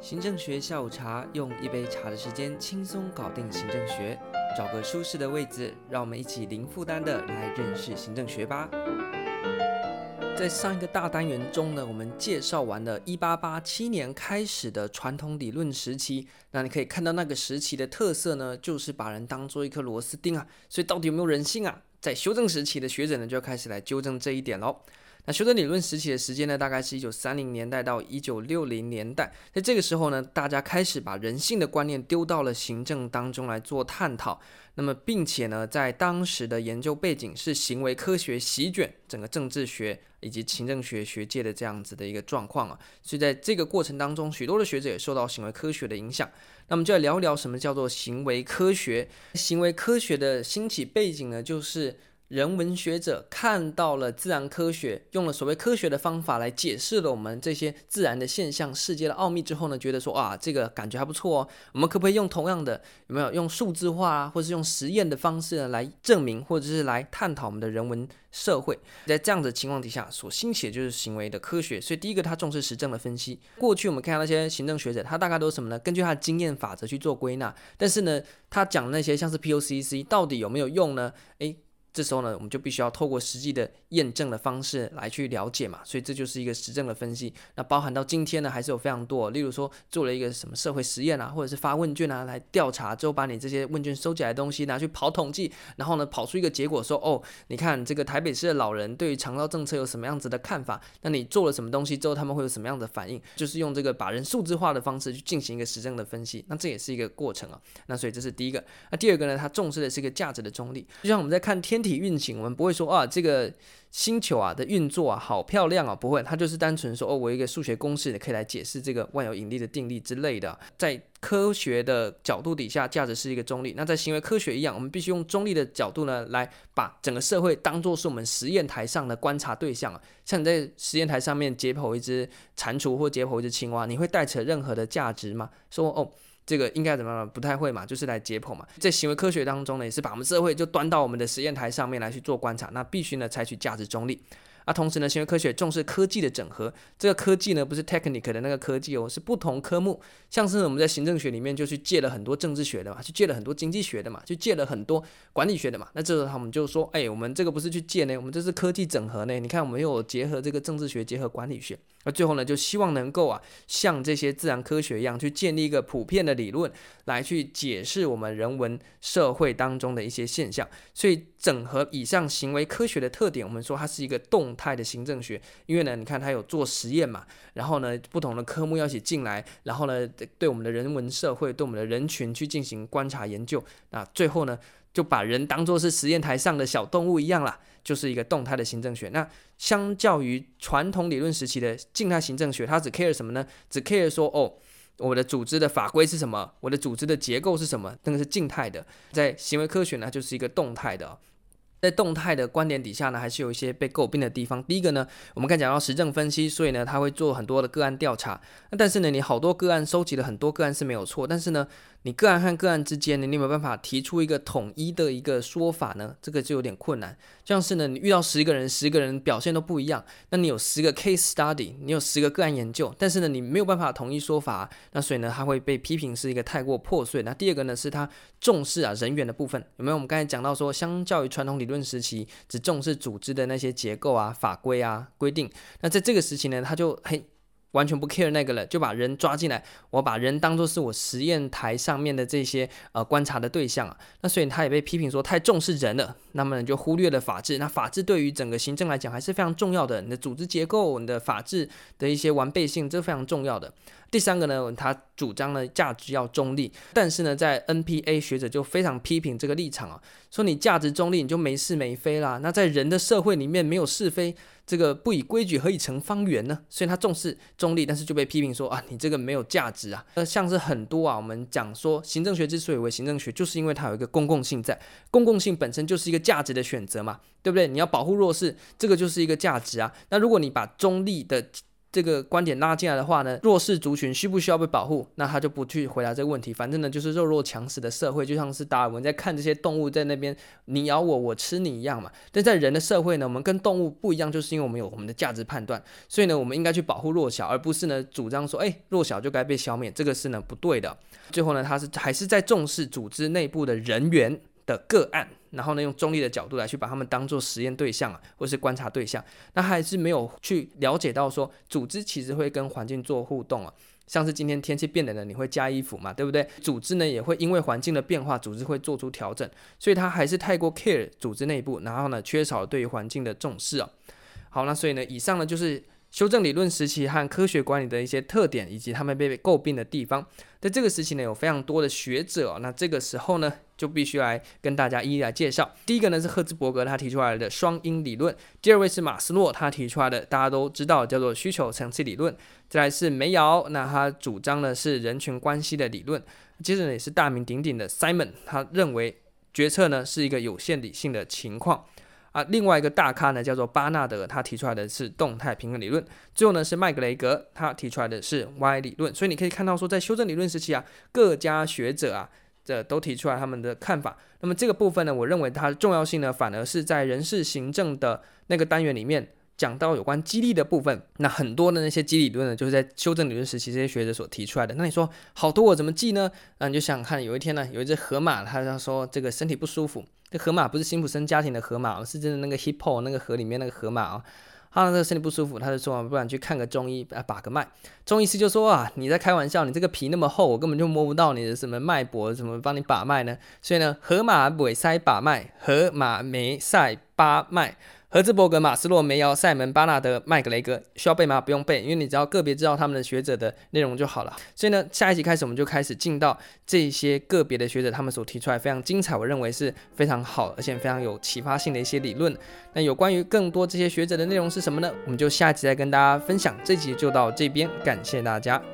行政学下午茶，用一杯茶的时间轻松搞定行政学。找个舒适的位置，让我们一起零负担的来认识行政学吧。在上一个大单元中呢，我们介绍完了1887年开始的传统理论时期。那你可以看到那个时期的特色呢，就是把人当作一颗螺丝钉啊。所以到底有没有人性啊？在修正时期的学者呢，就要开始来纠正这一点咯。那修正理论时期的时间呢，大概是1930年代到1960年代。在这个时候呢，大家开始把人性的观念丢到了行政当中来做探讨。那么并且呢，在当时的研究背景是行为科学席卷整个政治学以及行政学学界的这样子的一个状况啊。所以在这个过程当中，许多的学者也受到行为科学的影响。那我们就来聊一聊什么叫做行为科学。行为科学的兴起背景呢，就是人文学者看到了自然科学，用了所谓科学的方法来解释了我们这些自然的现象、世界的奥秘之后呢，觉得说这个感觉还不错哦。我们可不可以用同样的，有没有用数字化啊，或是用实验的方式呢来证明，或者是来探讨我们的人文社会？在这样的情况底下，所兴起的就是行为的科学。所以第一个，他重视实证的分析。过去我们看到那些行政学者，他大概都是什么呢？根据他的经验法则去做归纳。但是呢，他讲那些像是 POCC 到底有没有用呢？这时候呢，我们就必须要透过实际的验证的方式来去了解嘛，所以这就是一个实证的分析。那包含到今天呢，还是有非常多，例如说做了一个什么社会实验啊，或者是发问卷啊来调查，之后把你这些问卷收集来的东西拿去跑统计，然后呢跑出一个结果说，你看这个台北市的老人对于长照政策有什么样子的看法，那你做了什么东西之后他们会有什么样的反应，就是用这个把人数字化的方式去进行一个实证的分析。那这也是一个过程啊。那所以这是第一个。那第二个呢，他重视的是一个价值的中立。就像我们在看天体运行，我们不会说这个星球的运作好漂亮不会，它就是单纯说我有一个数学公式可以来解释这个万有引力的定律之类的。在科学的角度底下，价值是一个中立。那在行为科学一样，我们必须用中立的角度呢，来把整个社会当作是我们实验台上的观察对象像你在实验台上面解剖一只蟾蜍或解剖一只青蛙，你会带扯任何的价值吗？说这个应该怎么样？不太会嘛，就是来解剖嘛。在行为科学当中呢，也是把我们社会就端到我们的实验台上面来去做观察，那必须呢采取价值中立。同时呢，行为科学重视科技的整合。这个科技呢，不是 technical 的那个科技是不同科目。像是我们在行政学里面就去借了很多政治学的嘛，去借了很多经济学的嘛，去借了很多管理学的嘛。那这时候我们就说，我们这个不是去借呢，我们这是科技整合呢。你看，我们又有结合这个政治学，结合管理学。那最后呢，就希望能够像这些自然科学一样，去建立一个普遍的理论，来去解释我们人文社会当中的一些现象。所以整合以上行为科学的特点，我们说它是一个动态的行政学。因为呢，你看它有做实验嘛，然后呢，不同的科目要一起进来，然后呢，对我们的人文社会，对我们的人群去进行观察研究。那最后呢，就把人当作是实验台上的小动物一样啦，就是一个动态的行政学。那相较于传统理论时期的静态行政学，它只 care 什么呢？只 care 说我的组织的法规是什么，我的组织的结构是什么，那个是静态的。在行为科学呢，就是一个动态的。在动态的观点底下呢，还是有一些被诟病的地方。第一个呢，我们刚才讲到实证分析，所以呢，他会做很多的个案调查。但是呢，你好多个案收集了很多个案是没有错，但是呢，你个案和个案之间呢，你有没有办法提出一个统一的一个说法呢？这个就有点困难。像是呢，你遇到10个人，10个人表现都不一样，那你有10个 case study， 你有10个个案研究，但是呢，你没有办法统一说法，那所以呢，他会被批评是一个太过破碎。那第二个呢，是他重视人员的部分，有没有？我们刚才讲到说，相较于传统理论时期只重视组织的那些结构法规规定，那在这个时期呢，他就完全不 care 那个了，就把人抓进来，我把人当作是我实验台上面的这些观察的对象那所以他也被批评说太重视人了，那么你就忽略了法治。那法治对于整个行政来讲还是非常重要的，你的组织结构，你的法治的一些完备性，这是非常重要的。第三个呢，他主张呢价值要中立，但是呢，在 NPA 学者就非常批评这个立场说你价值中立你就没是没非啦。那在人的社会里面没有是非，这个不以规矩何以成方圆呢？所以他重视中立，但是就被批评说你这个没有价值像是很多我们讲说行政学之所以为行政学，就是因为它有一个公共性在，公共性本身就是一个价值的选择嘛，对不对？你要保护弱势，这个就是一个价值那如果你把中立的这个观点拉进来的话呢，弱势族群需不需要被保护？那他就不去回答这个问题。反正呢，就是弱肉强食的社会，就像是达尔文在看这些动物在那边你咬我，我吃你一样嘛。但在人的社会呢，我们跟动物不一样，就是因为我们有我们的价值判断，所以呢，我们应该去保护弱小，而不是呢主张说，弱小就该被消灭，这个是呢不对的。最后呢，他还是在重视组织内部的人员的个案，然后呢，用中立的角度来去把他们当作实验对象或是观察对象，那还是没有去了解到说，组织其实会跟环境做互动像是今天天气变冷了，你会加衣服嘛，对不对？组织呢也会因为环境的变化，组织会做出调整，所以他还是太过 care 组织内部，然后呢，缺少对于环境的重视好，那所以呢，以上呢就是修正理论时期和科学管理的一些特点，以及他们被诟病的地方。在这个时期呢，有非常多的学者那这个时候呢，就必须来跟大家一一来介绍。第一个呢是赫兹伯格他提出来的双因理论，第二位是马斯洛他提出来的大家都知道叫做需求层次理论，再来是梅尧，那他主张的是人群关系的理论，接着呢也是大名鼎鼎的 Simon， 他认为决策呢是一个有限理性的情况。另外一个大咖呢叫做巴纳德，他提出来的是动态平衡理论。最后呢是麦格雷格，他提出来的是 Y 理论。所以你可以看到说，在修正理论时期各家学者这都提出来他们的看法。那么这个部分呢，我认为它的重要性呢，反而是在人事行政的那个单元里面讲到有关激励的部分。那很多的那些激励理论呢，就是在修正理论时期这些学者所提出来的。那你说好多我怎么记呢？那你就想想看，有一天呢，有一只河马，他说这个身体不舒服。这河马不是辛普森家庭的河马，是真的那个 hippo 那个河里面那个河马他这个身体不舒服，他就说不然去看个中医把个脉。中医师就说你在开玩笑，你这个皮那么厚，我根本就摸不到你的什么脉搏，怎么帮你把脉呢？所以呢，河马袂使把脉，河马没赛把脉。赫兹伯格、马斯洛、梅尧、塞门、巴纳德、麦格雷格需要背吗？不用背，因为你只要个别知道他们的学者的内容就好了。所以呢，下一集开始我们就开始进到这些个别的学者他们所提出来非常精彩，我认为是非常好而且非常有启发性的一些理论。那有关于更多这些学者的内容是什么呢？我们就下一集再跟大家分享。这集就到这边，感谢大家。